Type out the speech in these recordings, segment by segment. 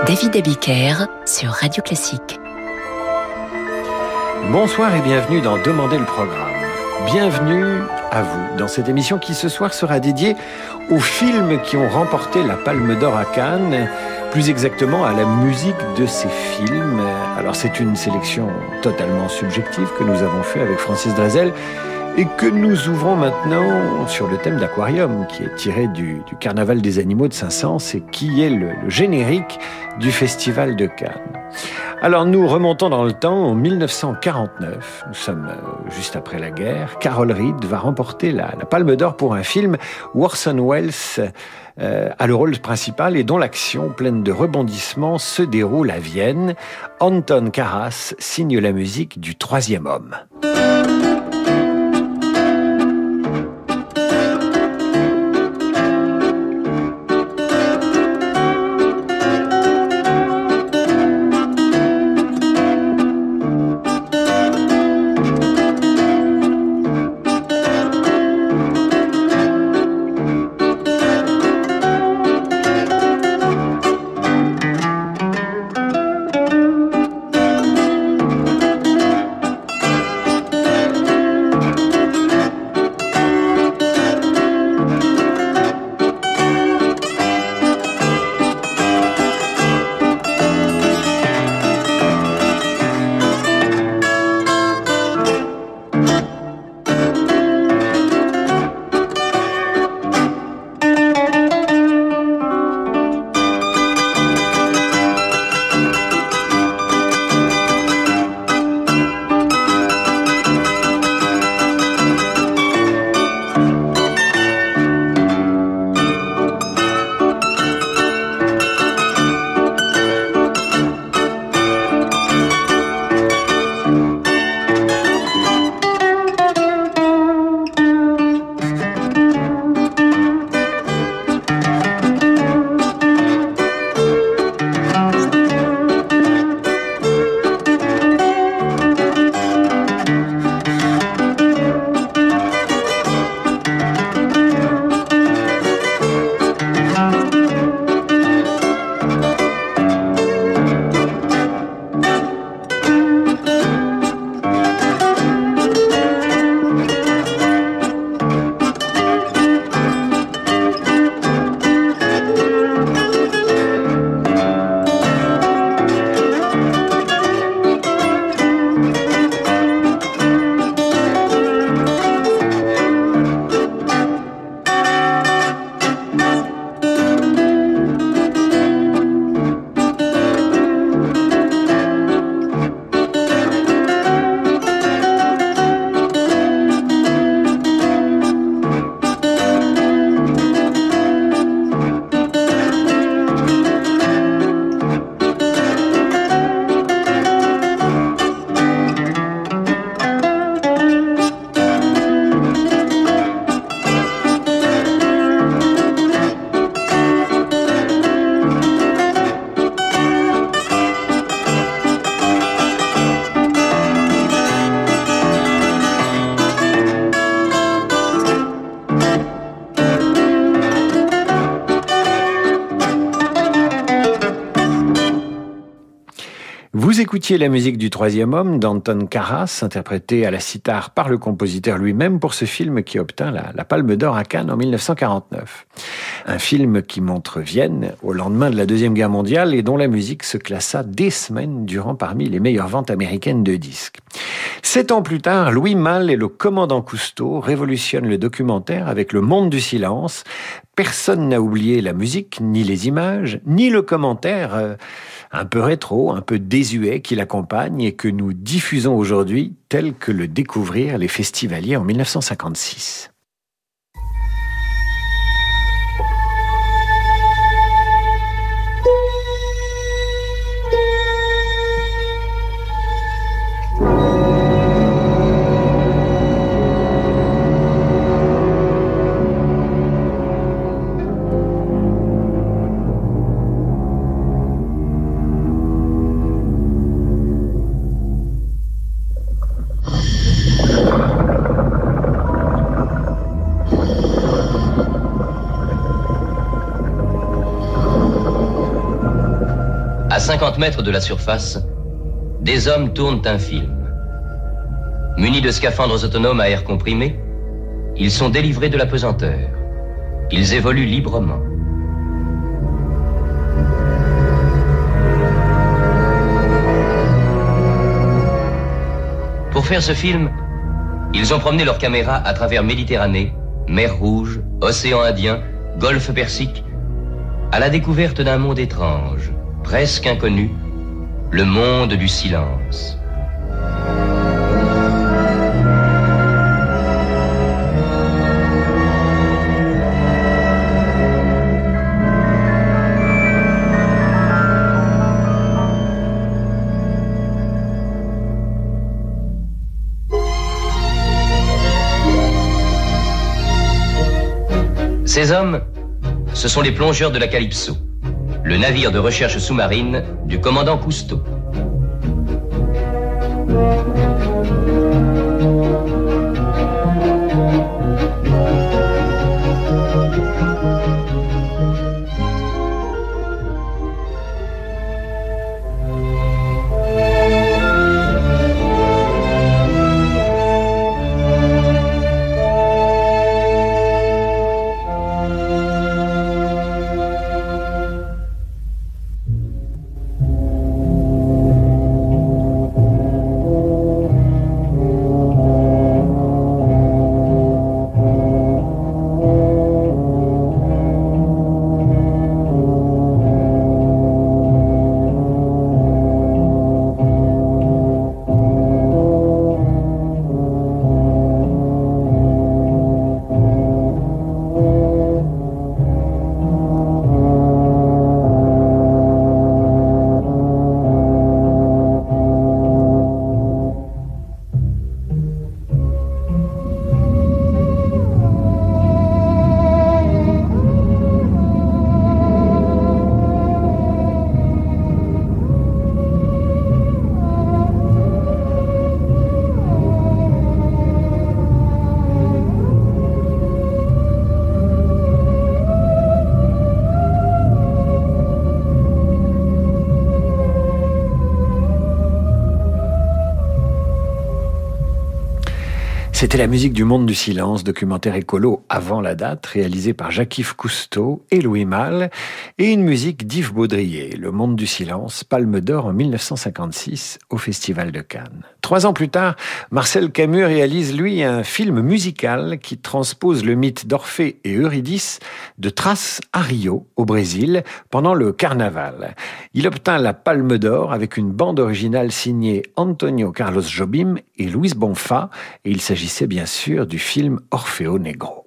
David Abiker sur Radio Classique. Bonsoir et bienvenue dans Demandez le programme. Bienvenue à vous dans cette émission qui ce soir sera dédiée aux films qui ont remporté la Palme d'Or à Cannes, plus exactement à la musique de ces films. Alors c'est une sélection totalement subjective que nous avons fait avec Francis Drezel et que nous ouvrons maintenant sur le thème d'Aquarium qui est tiré du Carnaval des animaux de Saint-Saëns et qui est le générique du Festival de Cannes. Alors nous remontons dans le temps, en 1949, nous sommes juste après la guerre, Carol Reed va remporter la Palme d'Or pour un film où Orson Welles a le rôle principal et dont l'action pleine de rebondissements se déroule à Vienne. Anton Karas signe la musique du Troisième Homme. Vous écoutiez la musique du Troisième Homme d'Anton Karas, interprétée à la cithare par le compositeur lui-même pour ce film qui obtint la Palme d'Or à Cannes en 1949. Un film qui montre Vienne au lendemain de la Deuxième Guerre mondiale et dont la musique se classa des semaines durant parmi les meilleures ventes américaines de disques. 7 ans plus tard, Louis Malle et le commandant Cousteau révolutionnent le documentaire avec Le Monde du silence. Personne n'a oublié la musique, ni les images, ni le commentaire un peu rétro, un peu désuet qui l'accompagne et que nous diffusons aujourd'hui tel que le découvrirent les festivaliers en 1956. 50 mètres de la surface, des hommes tournent un film. Munis de scaphandres autonomes à air comprimé, ils sont délivrés de la pesanteur. Ils évoluent librement. Pour faire ce film, ils ont promené leur caméra à travers Méditerranée, mer Rouge, océan Indien, golfe Persique, à la découverte d'un monde étrange, presque inconnu, le monde du silence. Ces hommes, ce sont les plongeurs de la Calypso, le navire de recherche sous-marine du commandant Cousteau. C'était la musique du Monde du Silence, documentaire écolo avant la date, réalisé par Jacques-Yves Cousteau et Louis Malle, et une musique d'Yves Baudrier, Le Monde du Silence, Palme d'Or en 1956 au Festival de Cannes. 3 ans plus tard, Marcel Camus réalise, lui, un film musical qui transpose le mythe d'Orphée et Eurydice de Thrace à Rio, au Brésil, pendant le carnaval. Il obtint la Palme d'Or avec une bande originale signée Antonio Carlos Jobim et Luis Bonfa, et il s'agissait bien sûr du film Orfeo Negro.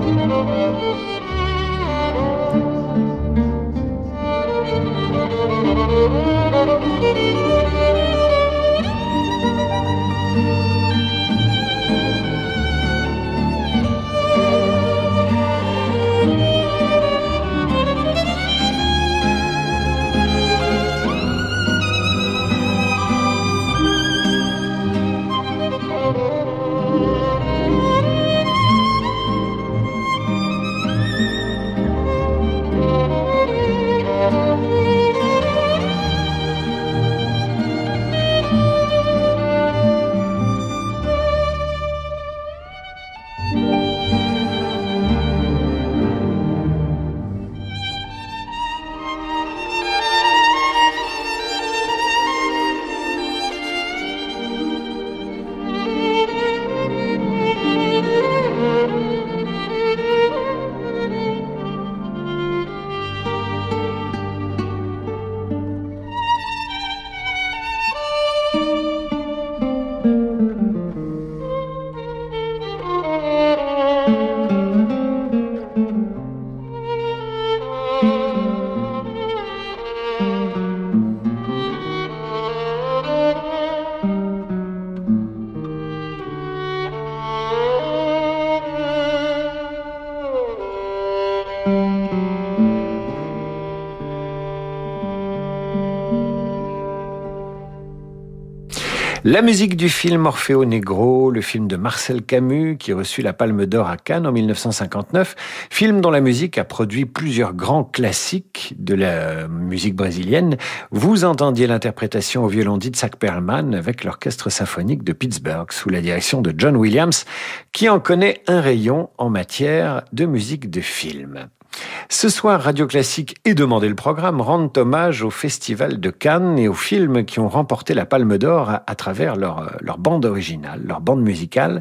La musique du film Orfeo Negro, le film de Marcel Camus qui reçut la Palme d'Or à Cannes en 1959, film dont la musique a produit plusieurs grands classiques de la musique brésilienne. Vous entendiez l'interprétation au violon d'Itzhak Perlman avec l'Orchestre symphonique de Pittsburgh sous la direction de John Williams qui en connaît un rayon en matière de musique de film. Ce soir, Radio Classique et Demandez le programme rendent hommage au Festival de Cannes et aux films qui ont remporté la Palme d'Or à travers leur bande originale, leur bande musicale.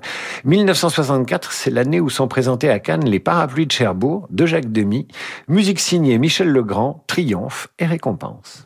1964, c'est l'année où sont présentés à Cannes Les Parapluies de Cherbourg de Jacques Demy, musique signée Michel Legrand, Triomphe et récompense.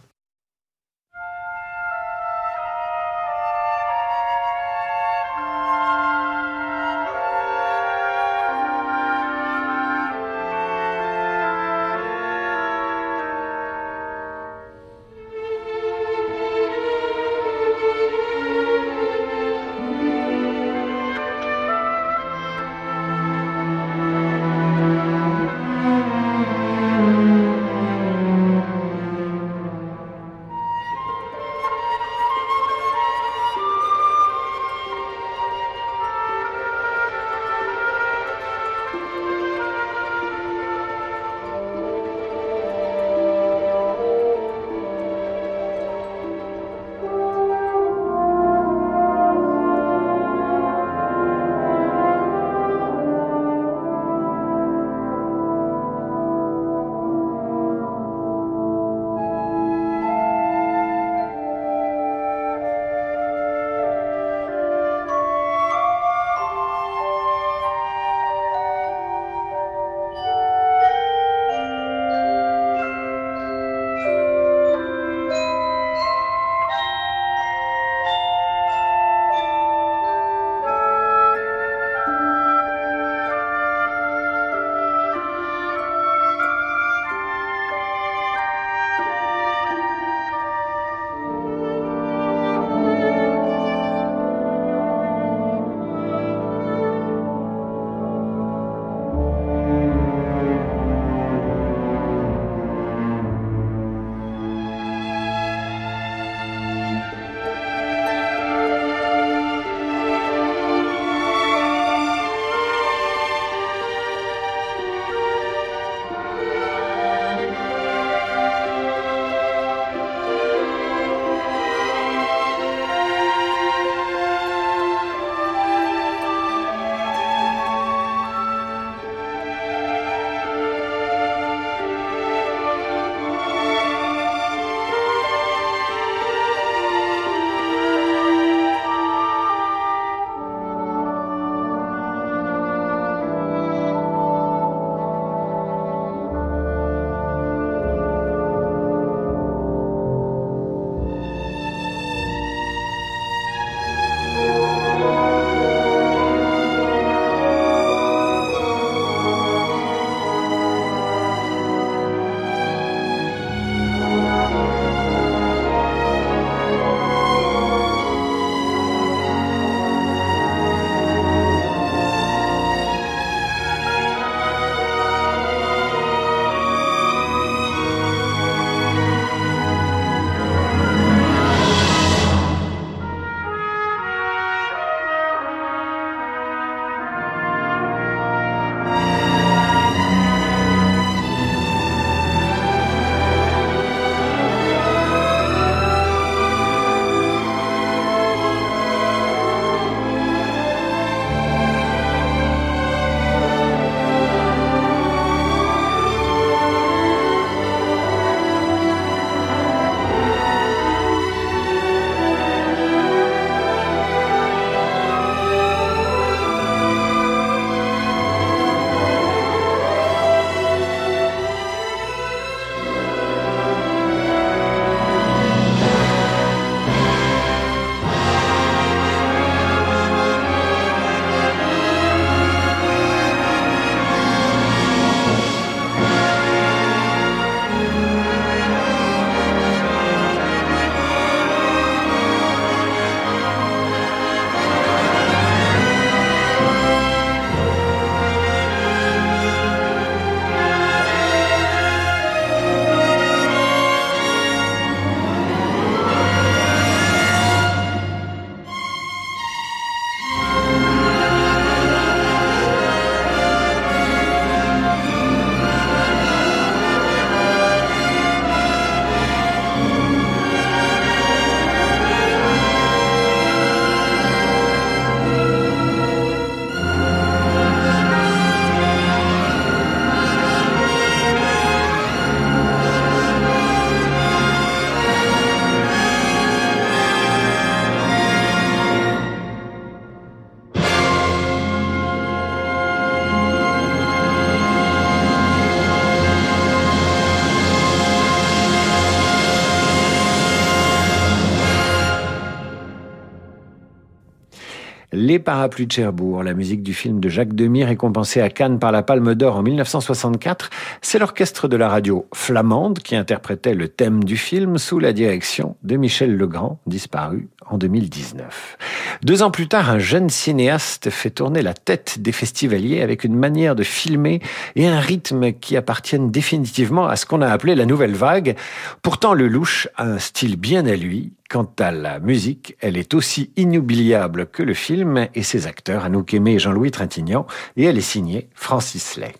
Les Parapluies de Cherbourg, la musique du film de Jacques Demy, récompensée à Cannes par la Palme d'Or en 1964. C'est l'orchestre de la radio flamande qui interprétait le thème du film sous la direction de Michel Legrand, disparu en 2019. 2 ans plus tard, un jeune cinéaste fait tourner la tête des festivaliers avec une manière de filmer et un rythme qui appartiennent définitivement à ce qu'on a appelé la nouvelle vague. Pourtant, Lelouch a un style bien à lui. Quant à la musique, elle est aussi inoubliable que le film et ses acteurs, Anouk Aimée et Jean-Louis Trintignant, et elle est signée Francis Lay.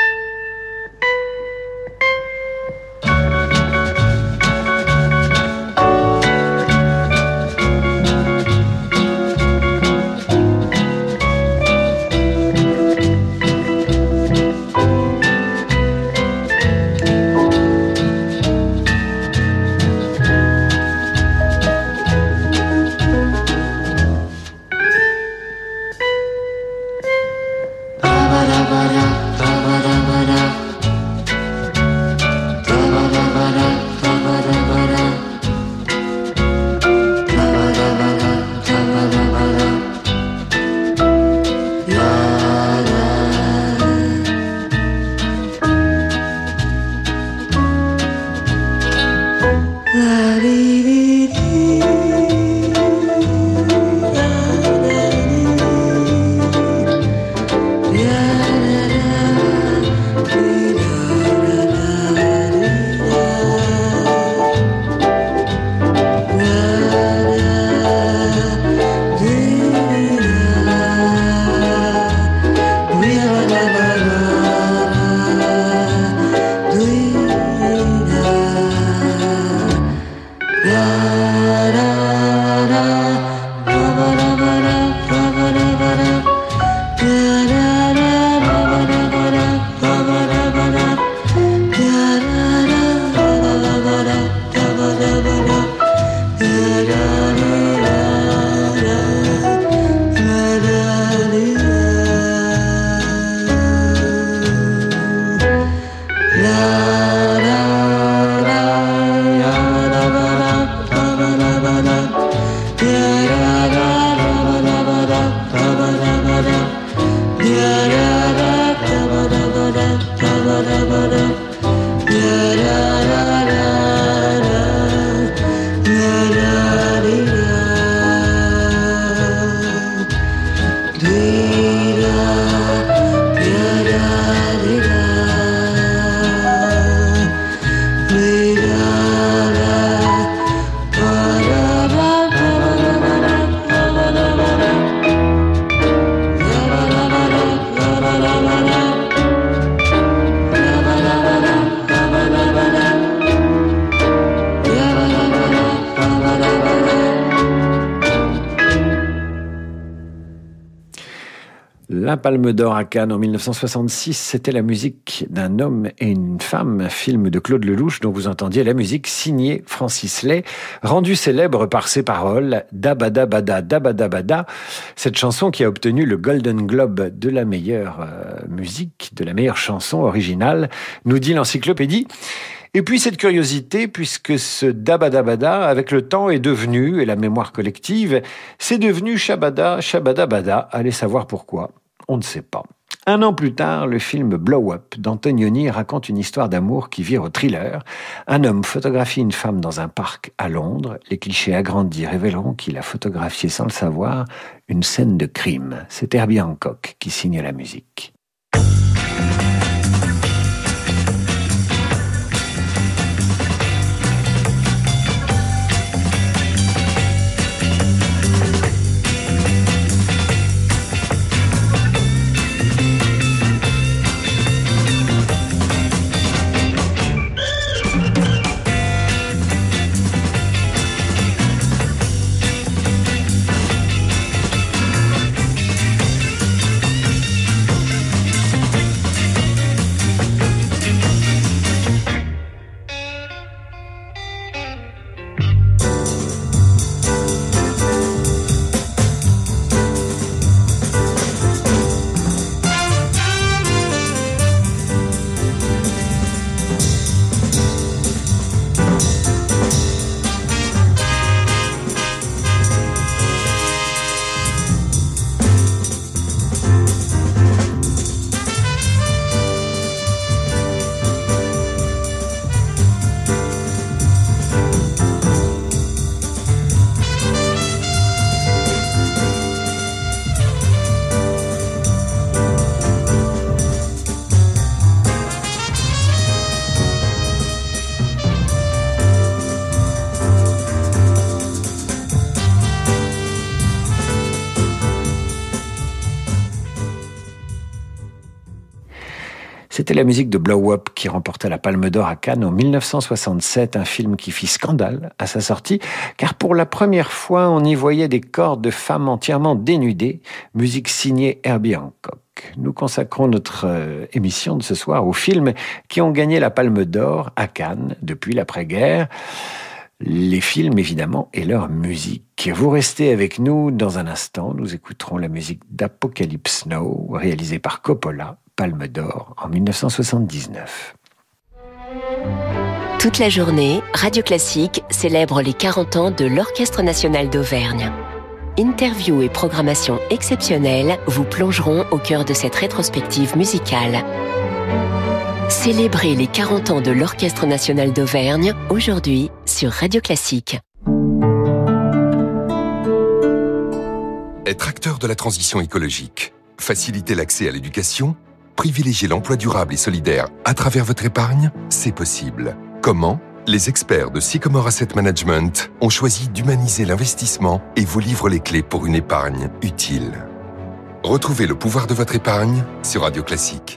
La Palme d'Or à Cannes en 1966, c'était la musique d'un homme et une femme, un film de Claude Lelouch dont vous entendiez la musique signée Francis Lay, rendue célèbre par ses paroles « Dabada bada, dabada bada », cette chanson qui a obtenu le Golden Globe de la meilleure musique, de la meilleure chanson originale, nous dit l'encyclopédie. Et puis cette curiosité, puisque ce dabadabada, avec le temps, est devenu, et la mémoire collective, c'est devenu Shabada, Shabada Bada. Allez savoir pourquoi, on ne sait pas. 1 an plus tard, le film Blow Up d'Antonioni raconte une histoire d'amour qui vire au thriller. Un homme photographie une femme dans un parc à Londres. Les clichés agrandis révéleront qu'il a photographié sans le savoir une scène de crime. C'est Herbie Hancock qui signe la musique. C'était la musique de Blow Up qui remporta la Palme d'Or à Cannes en 1967, un film qui fit scandale à sa sortie, car pour la première fois, on y voyait des corps de femmes entièrement dénudées, musique signée Herbie Hancock. Nous consacrons notre émission de ce soir aux films qui ont gagné la Palme d'Or à Cannes depuis l'après-guerre. Les films, évidemment, et leur musique. Vous restez avec nous dans un instant. Nous écouterons la musique d'Apocalypse Now, réalisée par Coppola, Palme d'Or en 1979. Toute la journée, Radio Classique célèbre les 40 ans de l'Orchestre national d'Auvergne. Interviews et programmation exceptionnelles vous plongeront au cœur de cette rétrospective musicale. Célébrez les 40 ans de l'Orchestre national d'Auvergne, aujourd'hui sur Radio Classique. Être acteur de la transition écologique, faciliter l'accès à l'éducation, privilégier l'emploi durable et solidaire à travers votre épargne, c'est possible. Comment ? Les experts de Sycomore Asset Management ont choisi d'humaniser l'investissement et vous livrent les clés pour une épargne utile. Retrouvez le pouvoir de votre épargne sur Radio Classique.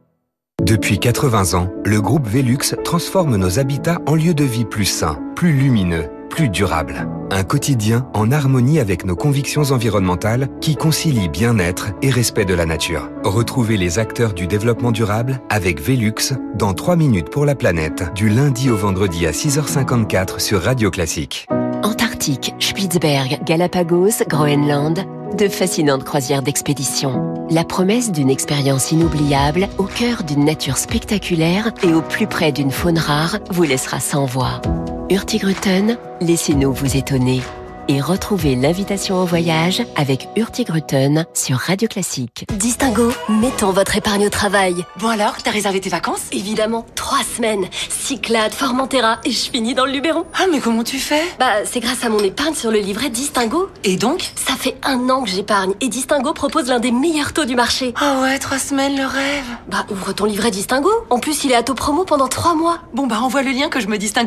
Depuis 80 ans, le groupe Velux transforme nos habitats en lieux de vie plus sains, plus lumineux, plus durables. Un quotidien en harmonie avec nos convictions environnementales qui concilient bien-être et respect de la nature. Retrouvez les acteurs du développement durable avec Velux dans 3 minutes pour la planète, du lundi au vendredi à 6h54 sur Radio Classique. Antarctique, Spitzberg, Galapagos, Groenland, de fascinantes croisières d'expédition. La promesse d'une expérience inoubliable au cœur d'une nature spectaculaire et au plus près d'une faune rare vous laissera sans voix. Hurtigruten, laissez-nous vous étonner. Et retrouvez l'invitation au voyage avec Hurtigruten sur Radio Classique. Distingo, mettons votre épargne au travail. Bon alors, t'as réservé tes vacances ? Évidemment, 3 semaines. Cyclades, Formentera et je finis dans le Luberon. Ah mais comment tu fais ? C'est grâce à mon épargne sur le livret Distingo. Et donc ? Ça fait 1 an que j'épargne et Distingo propose l'un des meilleurs taux du marché. Ah ouais, 3 semaines, le rêve. Ouvre ton livret Distingo. En plus, il est à taux promo pendant 3 mois. Bon envoie le lien que je me distingue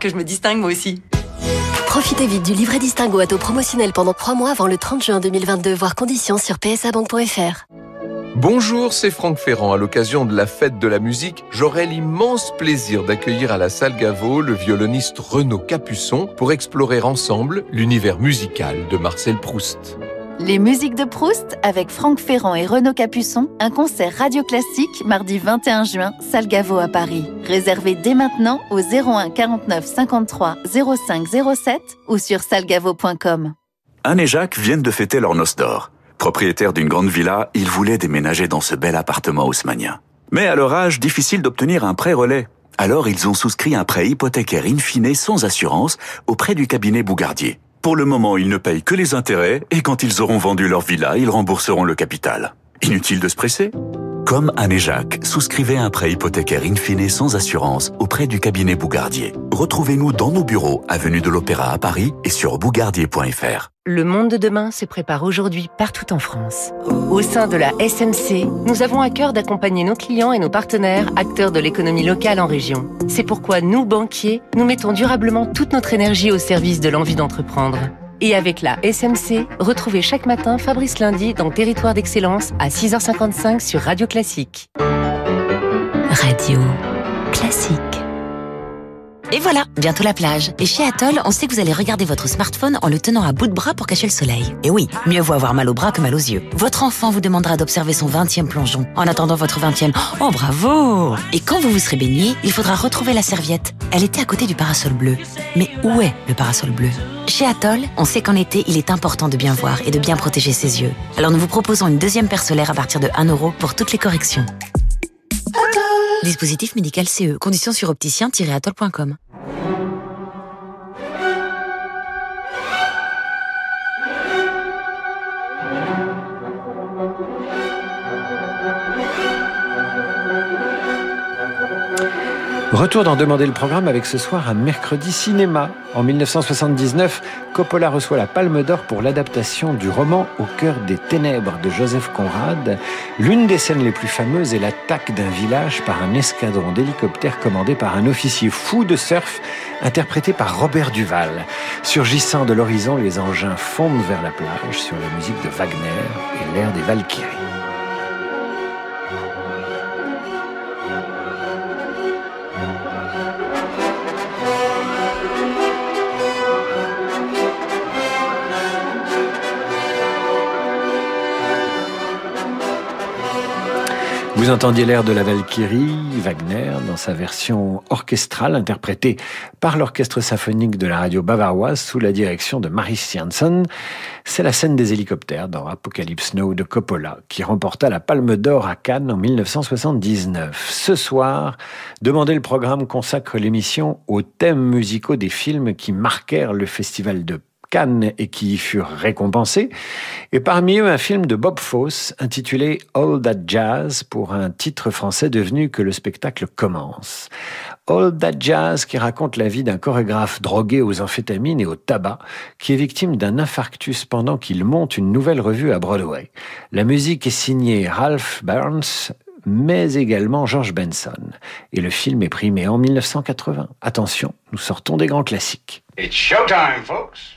moi aussi. Profitez vite du livret Distingo à taux promotionnel pendant 3 mois avant le 30 juin 2022, voir conditions sur psabank.fr. Bonjour, c'est Franck Ferrand. À l'occasion de la fête de la musique, j'aurai l'immense plaisir d'accueillir à la salle Gaveau le violoniste Renaud Capuçon pour explorer ensemble l'univers musical de Marcel Proust. Les musiques de Proust avec Franck Ferrand et Renaud Capuçon, un concert Radio Classique mardi 21 juin, salle Gaveau à Paris. Réservé dès maintenant au 01 49 53 05 07 ou sur salgavo.com. Anne et Jacques viennent de fêter leur noce d'or. Propriétaires d'une grande villa, ils voulaient déménager dans ce bel appartement haussmannien. Mais à leur âge, difficile d'obtenir un prêt relais. Alors ils ont souscrit un prêt hypothécaire in fine sans assurance auprès du cabinet Bougardier. Pour le moment, ils ne payent que les intérêts et quand ils auront vendu leur villa, ils rembourseront le capital. Inutile de se presser. Comme Anne et Jacques, souscrivez un prêt hypothécaire in fine sans assurance auprès du cabinet Bougardier. Retrouvez-nous dans nos bureaux, avenue de l'Opéra à Paris et sur bougardier.fr. Le monde de demain se prépare aujourd'hui partout en France. Au sein de la SMC, nous avons à cœur d'accompagner nos clients et nos partenaires, acteurs de l'économie locale en région. C'est pourquoi nous, banquiers, nous mettons durablement toute notre énergie au service de l'envie d'entreprendre. Et avec la SMC, retrouvez chaque matin Fabrice Lundi dans Territoire d'Excellence à 6h55 sur Radio Classique. Radio Classique. Et voilà, bientôt la plage. Et chez Atoll, on sait que vous allez regarder votre smartphone en le tenant à bout de bras pour cacher le soleil. Et oui, mieux vaut avoir mal aux bras que mal aux yeux. Votre enfant vous demandera d'observer son 20e plongeon en attendant votre 20e. Oh bravo! Et quand vous vous serez baigné, il faudra retrouver la serviette. Elle était à côté du parasol bleu. Mais où est le parasol bleu? Chez Atoll, on sait qu'en été, il est important de bien voir et de bien protéger ses yeux. Alors nous vous proposons une 2e paire solaire à partir de 1 € pour toutes les corrections. Dispositif médical CE. Conditions sur opticien-atoll.com. Retour d'en demander le programme avec ce soir un mercredi cinéma. En 1979, Coppola reçoit la Palme d'Or pour l'adaptation du roman Au cœur des ténèbres de Joseph Conrad. L'une des scènes les plus fameuses est l'attaque d'un village par un escadron d'hélicoptères commandé par un officier fou de surf interprété par Robert Duval. Surgissant de l'horizon, les engins fondent vers la plage sur la musique de Wagner et l'air des Valkyries. Vous entendiez l'air de la Valkyrie, Wagner, dans sa version orchestrale, interprétée par l'orchestre symphonique de la radio bavaroise sous la direction de Maris Janson. C'est la scène des hélicoptères dans Apocalypse Now de Coppola, qui remporta la Palme d'Or à Cannes en 1979. Ce soir, Demandez le programme consacre l'émission aux thèmes musicaux des films qui marquèrent le festival de Cannes et qui y furent récompensés, et parmi eux un film de Bob Fosse intitulé All That Jazz, pour un titre français devenu Que le spectacle commence. All That Jazz qui raconte la vie d'un chorégraphe drogué aux amphétamines et au tabac, qui est victime d'un infarctus pendant qu'il monte une nouvelle revue à Broadway. La musique est signée Ralph Burns, mais également George Benson. Et le film est primé en 1980. Attention, nous sortons des grands classiques. It's showtime, folks.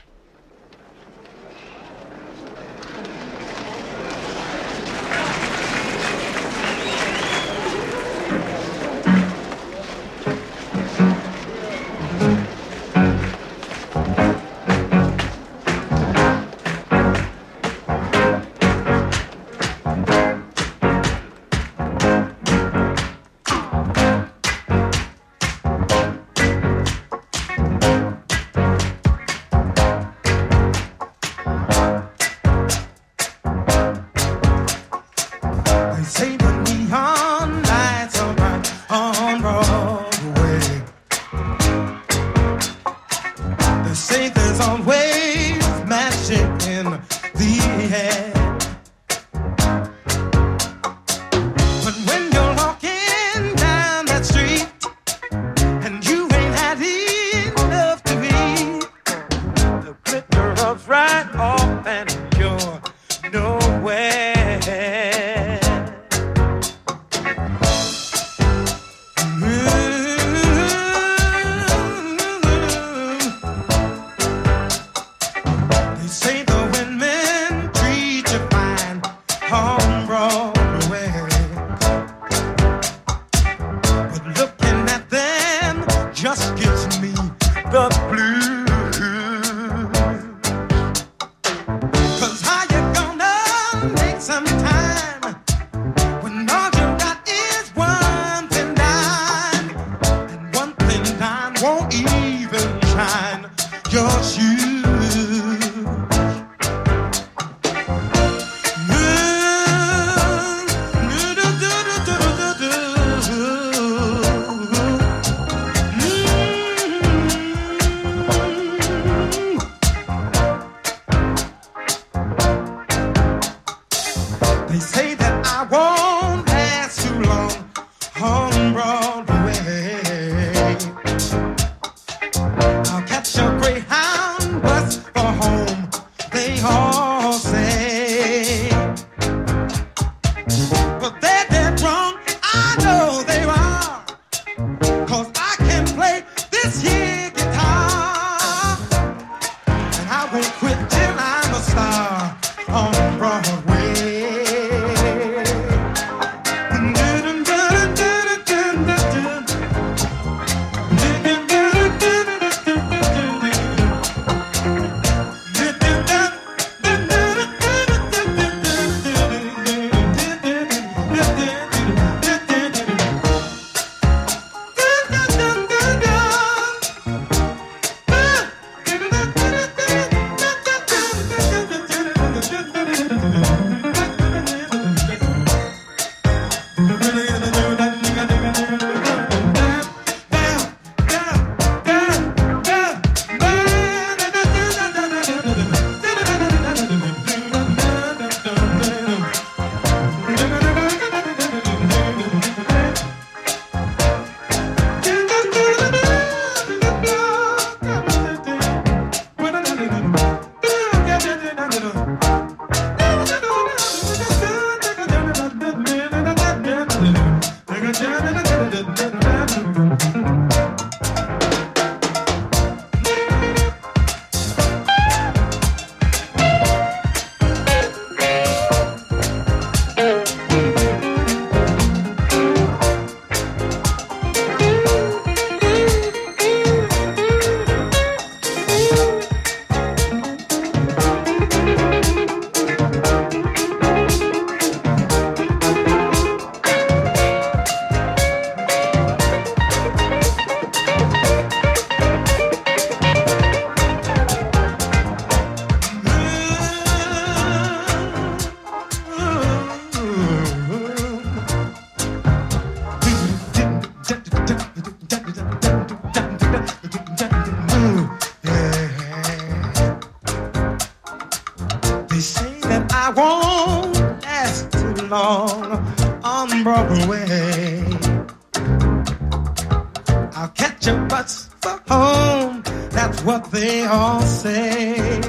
get your butts for home. That's what they all say.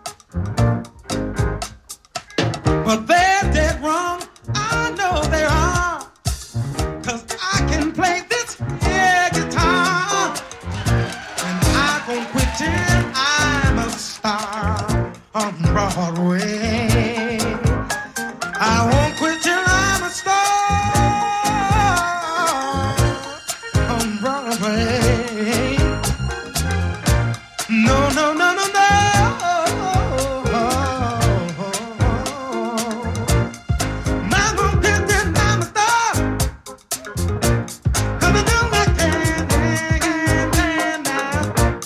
But they're dead wrong. I know they are. 'Cause I can play this here guitar. And I won't quit till I'm a star on Broadway. I won't quit till I'm a star on Broadway. No, no, no, no, no. Not gonna quit till I'm a star. 'Cause I do what I can now.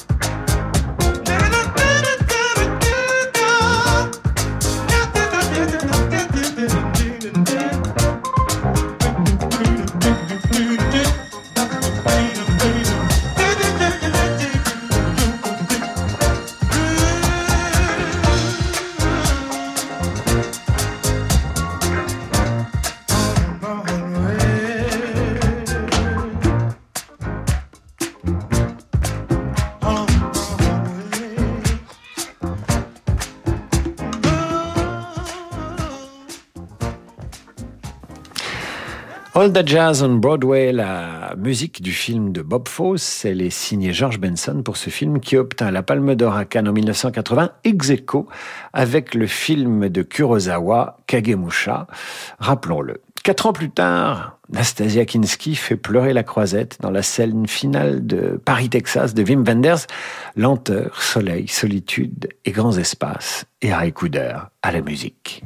All That Jazz on Broadway, la musique du film de Bob Fosse, elle est signée George Benson pour ce film qui obtint la Palme d'Or à Cannes en 1980, ex aequo avec le film de Kurosawa, Kagemusha, rappelons-le. 4 ans plus tard, Nastasia Kinski fait pleurer la Croisette dans la scène finale de Paris, Texas de Wim Wenders. Lenteur, soleil, solitude et grands espaces. Et Harry Cooder à la musique.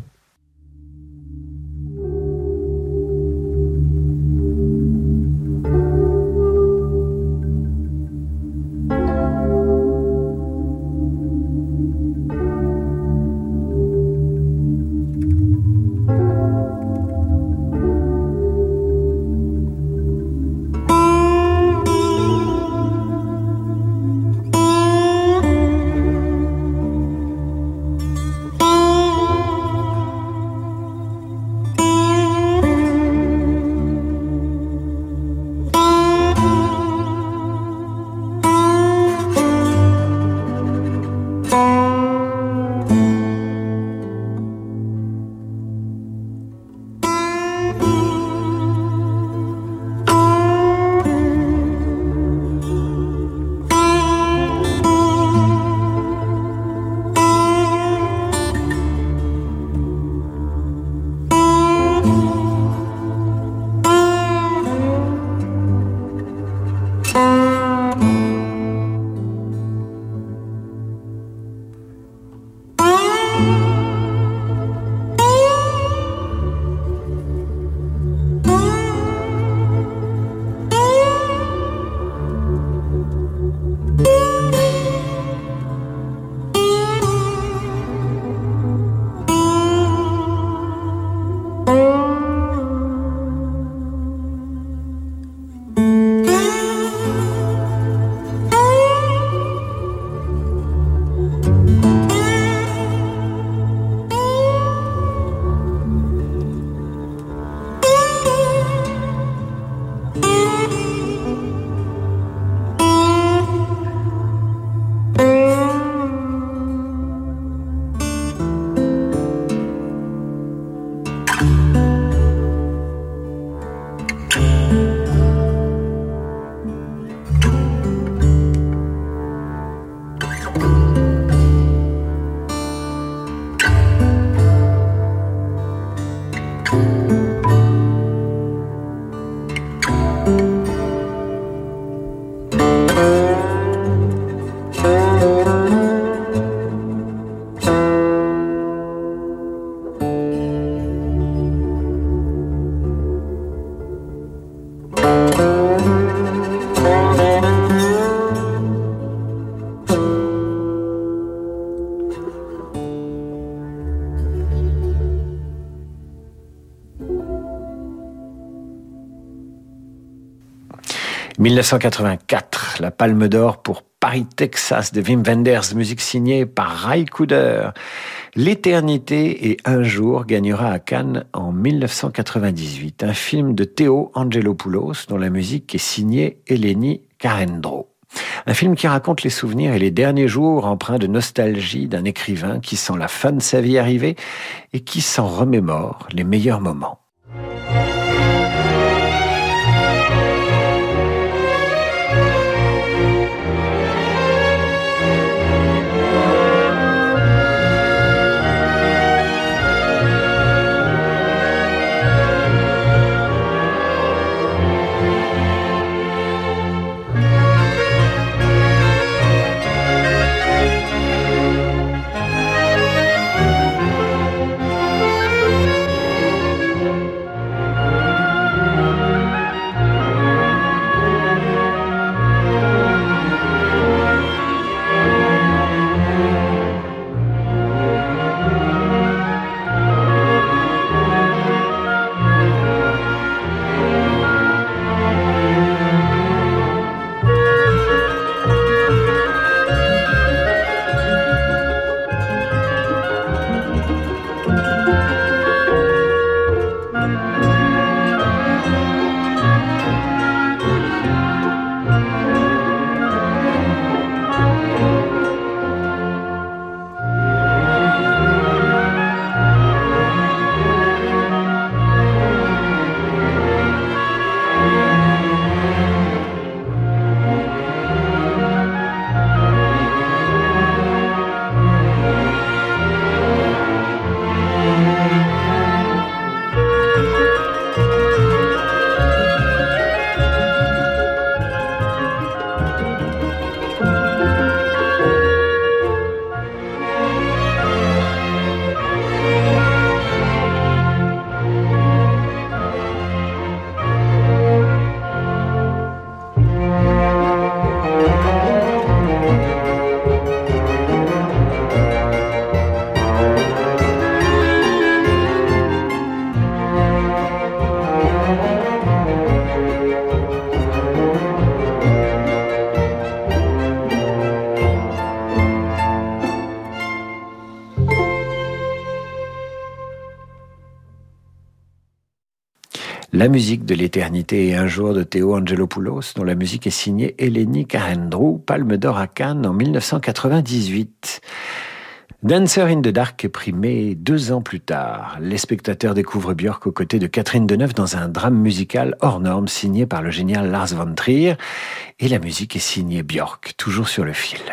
« 1984, la Palme d'Or pour Paris, Texas de Wim Wenders, musique signée par Ray Cooder. L'éternité et un jour gagnera à Cannes en 1998, un film de Théo Angelopoulos dont la musique est signée Eleni Karendro. Un film qui raconte les souvenirs et les derniers jours empreints de nostalgie d'un écrivain qui sent la fin de sa vie arriver et qui s'en remémore les meilleurs moments. La musique de l'éternité et un jour de Théo Angelopoulos, dont la musique est signée Eleni Karendrou, Palme d'or à Cannes en 1998. Dancer in the Dark est primé 2 ans plus tard. Les spectateurs découvrent Björk aux côtés de Catherine Deneuve dans un drame musical hors norme signé par le génial Lars von Trier. Et la musique est signée Björk, toujours sur le fil.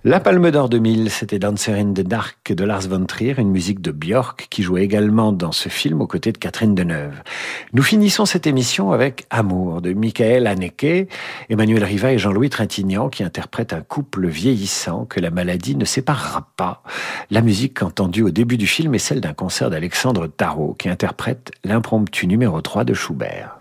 La Palme d'Or 2000, c'était Dancer in the Dark de Lars von Trier, une musique de Björk qui jouait également dans ce film aux côtés de Catherine Deneuve. Nous finissons cette émission avec Amour de Michael Haneke, Emmanuel Riva et Jean-Louis Trintignant qui interprètent un couple vieillissant que la maladie ne séparera pas. La musique entendue au début du film est celle d'un concert d'Alexandre Tarot qui interprète l'impromptu numéro 3 de Schubert.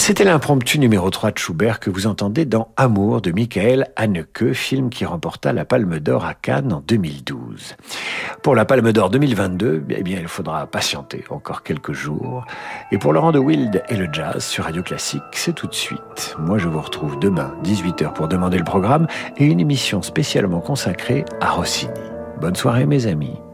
C'était l'impromptu numéro 3 de Schubert que vous entendez dans Amour de Michael Haneke, film qui remporta la Palme d'Or à Cannes en 2012. Pour la Palme d'Or 2022, eh bien, il faudra patienter encore quelques jours. Et pour Laurent de Wild et le jazz sur Radio Classique, c'est tout de suite. Moi, je vous retrouve demain, 18h, pour demander le programme et une émission spécialement consacrée à Rossini. Bonne soirée, mes amis.